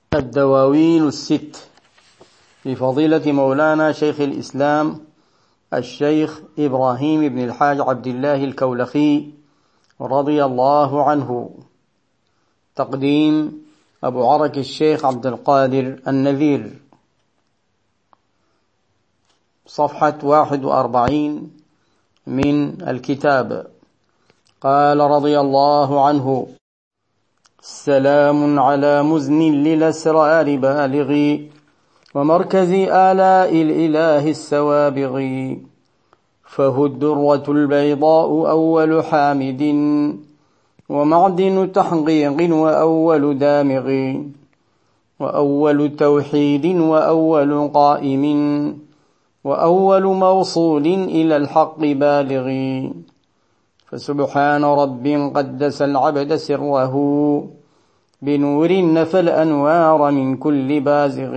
الدواوين الست لفضيلة مولانا شيخ الإسلام الشيخ إبراهيم بن الحاج عبد الله الكولخي رضي الله عنه. تقديم أبو عرك الشيخ عبد القادر النذير. صفحة 41 من الكتاب. قال رضي الله عنه: سلام على مزن للأسرار بالغ ومركز آلاء الإله السوابغ، فهو الدرة البيضاء أول حامد ومعدن تحقيق وأول دامغ، وأول توحيد وأول قائم وأول موصول إلى الحق بالغ، فسبحان رب قدس العبد سره بنور نفى الأنوار من كل بازغ،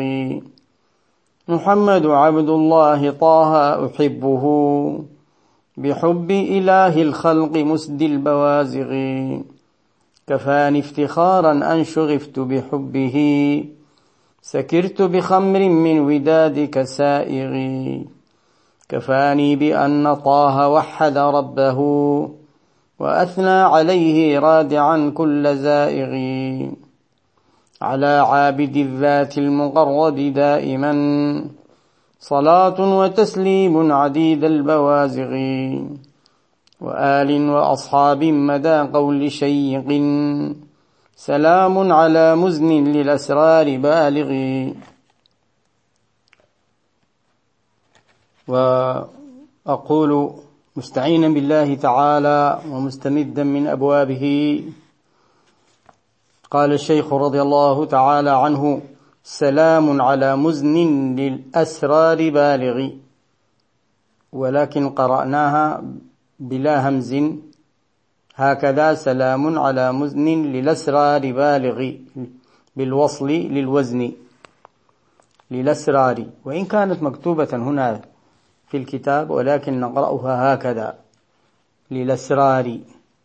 محمد عبد الله طه أحبه بحب إله الخلق مسد البوازغ، كفاني افتخارا أن شغفت بحبه سكرت بخمر من ودادك سائغ، كفاني بأن طه وحد ربه وأثنى عليه رادعا كل زائغ، على عابد الذات المقرب دائما صلاة وتسليم عديد البوازغ، وآل وأصحاب مدى قول شيق سلام على مزن للأسرار بالغ. وأقول مستعينا بالله تعالى ومستمدا من أبوابه، قال الشيخ رضي الله تعالى عنه: سلام على مزن للأسرار بالغ، ولكن قرأناها بلا همز هكذا: سلام على مزن للأسرار بالغ، بالوصل للوزن للأسرار، وإن كانت مكتوبة هنا في الكتاب ولكن نقرأها هكذا للأسرار.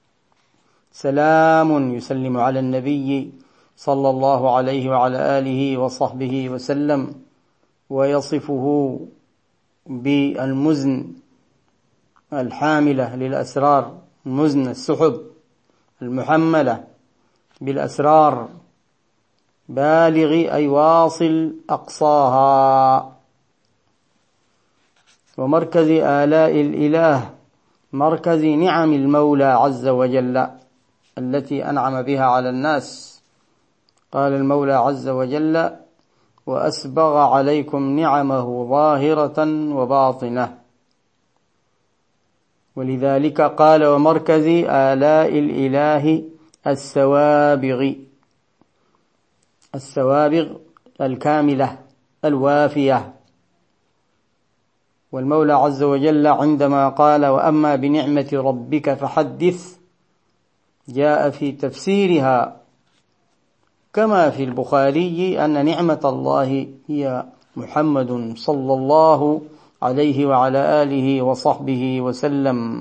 سلام يسلم على النبي صلى الله عليه وعلى آله وصحبه وسلم، ويصفه بالمزن الحاملة للأسرار، مزن السحب المحملة بالأسرار، بالغ أي واصل أقصاها، ومركز آلاء الإله، مركز نعم المولى عز وجل التي أنعم بها على الناس. قال المولى عز وجل: وأسبغ عليكم نعمه ظاهرة وباطنة، ولذلك قال: ومركز آلاء الإله السوابغ، السوابغ الكاملة الوافية. والمولى عز وجل عندما قال: وأما بنعمة ربك فحدث، جاء في تفسيرها كما في البخاري أن نعمة الله هي محمد صلى الله عليه وعلى آله وصحبه وسلم،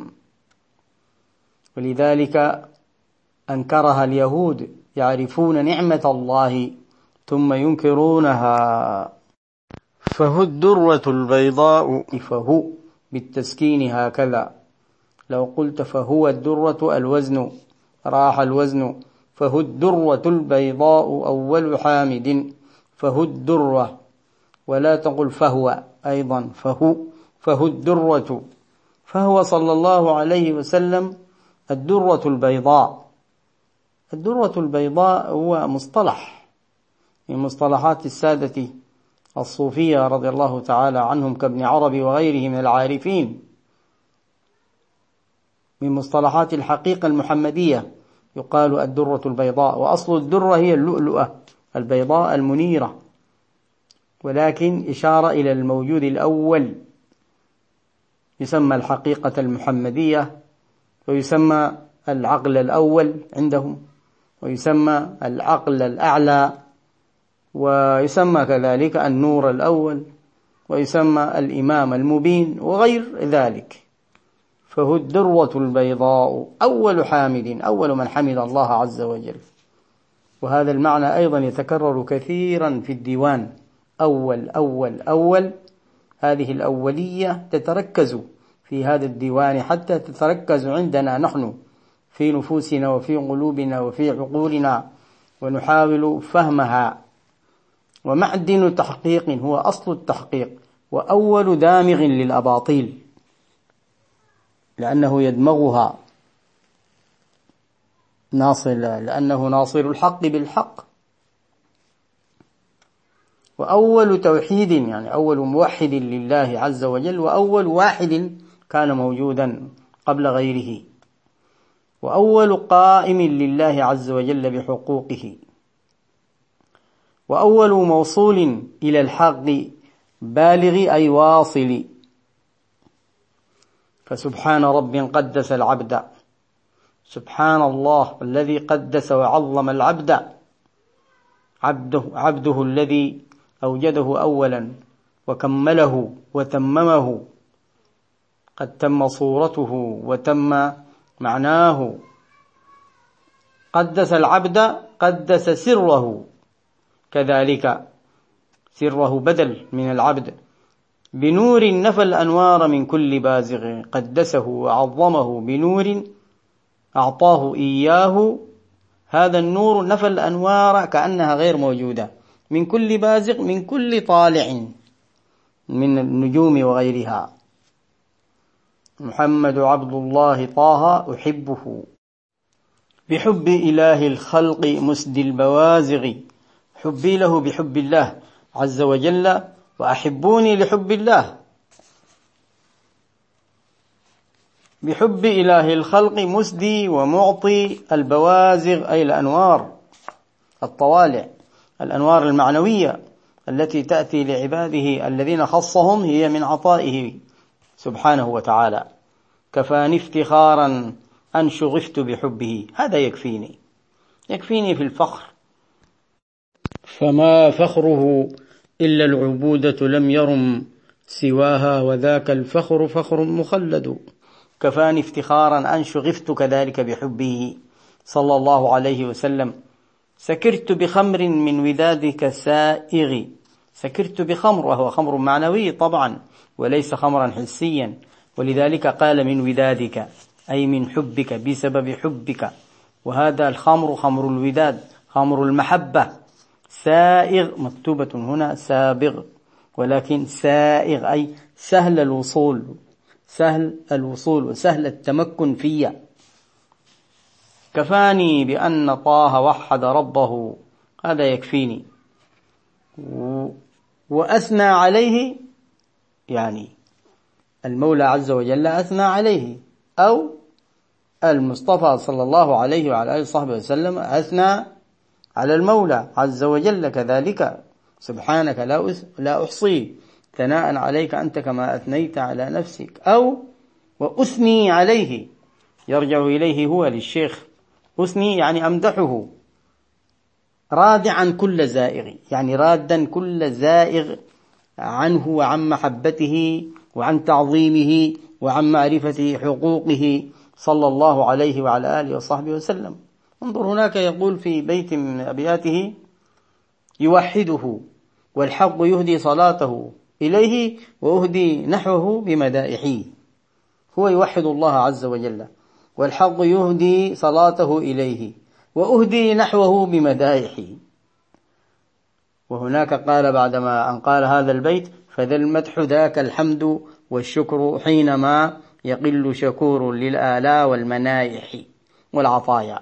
ولذلك أنكرها اليهود، يعرفون نعمة الله ثم ينكرونها. فهو الدرة البيضاء، فهو بالتسكين هكذا، لو قلت فهو الدرة الوزن راح الوزن، فهو الدرة البيضاء أول حامد، فهو الدرة، ولا تقل فهو أيضا، فهو الدرة، فهو صلى الله عليه وسلم الدرة البيضاء. الدرة البيضاء هو مصطلح من مصطلحات السادة الصوفية رضي الله تعالى عنهم كابن عربي وغيره من العارفين، من مصطلحات الحقيقة المحمدية، يقال الدرة البيضاء، وأصل الدرة هي اللؤلؤة البيضاء المنيرة، ولكن إشارة إلى الموجود الأول، يسمى الحقيقة المحمدية، ويسمى العقل الأول عندهم، ويسمى العقل الأعلى، ويسمى كذلك النور الأول، ويسمى الإمام المبين وغير ذلك. فهو الدروة البيضاء أول حامد، أول من حمد الله عز وجل. وهذا المعنى أيضا يتكرر كثيرا في الديوان. أول أول أول، هذه الأولية تتركز في هذا الديوان حتى تتركز عندنا نحن في نفوسنا وفي قلوبنا وفي عقولنا، ونحاول فهمها. ومعدن تحقيق هو أصل التحقيق، وأول دامغ للأباطيل، لأنه يدمغها لأنه ناصر الحق بالحق. وأول توحيد يعني أول موحد لله عز وجل، وأول واحد كان موجودا قبل غيره، وأول قائم لله عز وجل بحقوقه، وأول موصول إلى الحق بالغ أي واصل. فسبحان رب قدس العبد، سبحان الله الذي قدس وعظم العبد، عبده الذي أوجده أولا وكمله وتممه، قد تم صورته وتم معناه. قدس العبد قدس سره، كذلك سره بدل من العبد. بنور نفى الأنوار من كل بازغ، قدسه وعظمه بنور أعطاه إياه. هذا النور نفى الأنوار كأنها غير موجودة من كل بازغ، من كل طالع من النجوم وغيرها. محمد عبد الله طه أحبه، بحب إله الخلق مسدي البوازغ. حبي له بحب الله عز وجل، وأحبوني لحب الله. بحب إله الخلق مسدي ومعطي البوازغ أي الأنوار الطوالع، الأنوار المعنوية التي تأتي لعباده الذين خصهم، هي من عطائه سبحانه وتعالى. كفاني افتخارا أن شغفت بحبه، هذا يكفيني في الفخر، فما فخره إلا العبودة لم يرم سواها، وذاك الفخر فخر مخلد. كفاني افتخارا أن شغفت كذلك بحبه صلى الله عليه وسلم. سكرت بخمر من ودادك سائغ، سكرت بخمر، وهو خمر معنوي طبعا وليس خمرا حسيا، ولذلك قال من ودادك أي من حبك، بسبب حبك. وهذا الخمر خمر الوداد، خمر المحبة. سائغ مكتوبة هنا سابغ، ولكن سائغ أي سهل الوصول، سهل الوصول وسهل التمكن فيه. كفاني بأن طه وحد ربه، هذا يكفيني. وأثنى عليه، يعني المولى عز وجل أثنى عليه، أو المصطفى صلى الله عليه وعلى آله وصحبه وسلم أثنى على المولى عز وجل كذلك. سبحانك لا أحصي ثناء عليك أنت كما أثنيت على نفسك. أو وأثني عليه، يرجع إليه هو للشيخ. أثني يعني أمدحه، رادعا كل زائغ، يعني رادا كل زائغ عنه وعن محبته وعن تعظيمه وعن معرفة حقوقه صلى الله عليه وعلى آله وصحبه وسلم. انظر هناك يقول في بيت من أبياته: يوحده والحق يهدي صلاته إليه، وأهدي نحوه بمدائحه. هو يوحد الله عز وجل، والحق يهدي صلاته إليه، وأهدي نحوه بمدائحه. وهناك قال بعدما أن قال هذا البيت: فذا المدح ذاك الحمد والشكر، حينما يقل شكور للآلاء والمنائح والعطايا.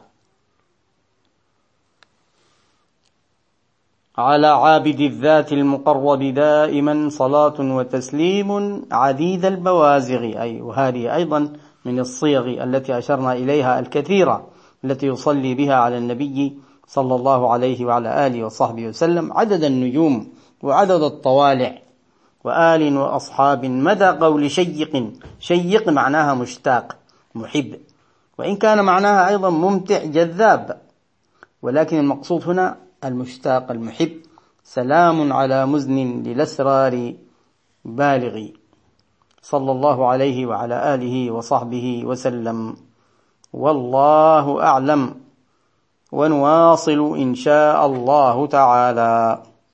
على عابد الذات المقرب دائما صلاة وتسليم عديد البوازغ، أي وهذه أيضا من الصيغ التي أشرنا إليها الكثيرة، التي يصلي بها على النبي صلى الله عليه وعلى آله وصحبه وسلم عدد النجوم وعدد الطوالع وآل وأصحاب مدى قول شيق. شيق معناها مشتاق محب، وإن كان معناها أيضا ممتع جذاب، ولكن المقصود هنا المشتاق المحب. سلام على مزن للأسرار بالغ، صلى الله عليه وعلى آله وصحبه وسلم. والله أعلم. ونواصل إن شاء الله تعالى.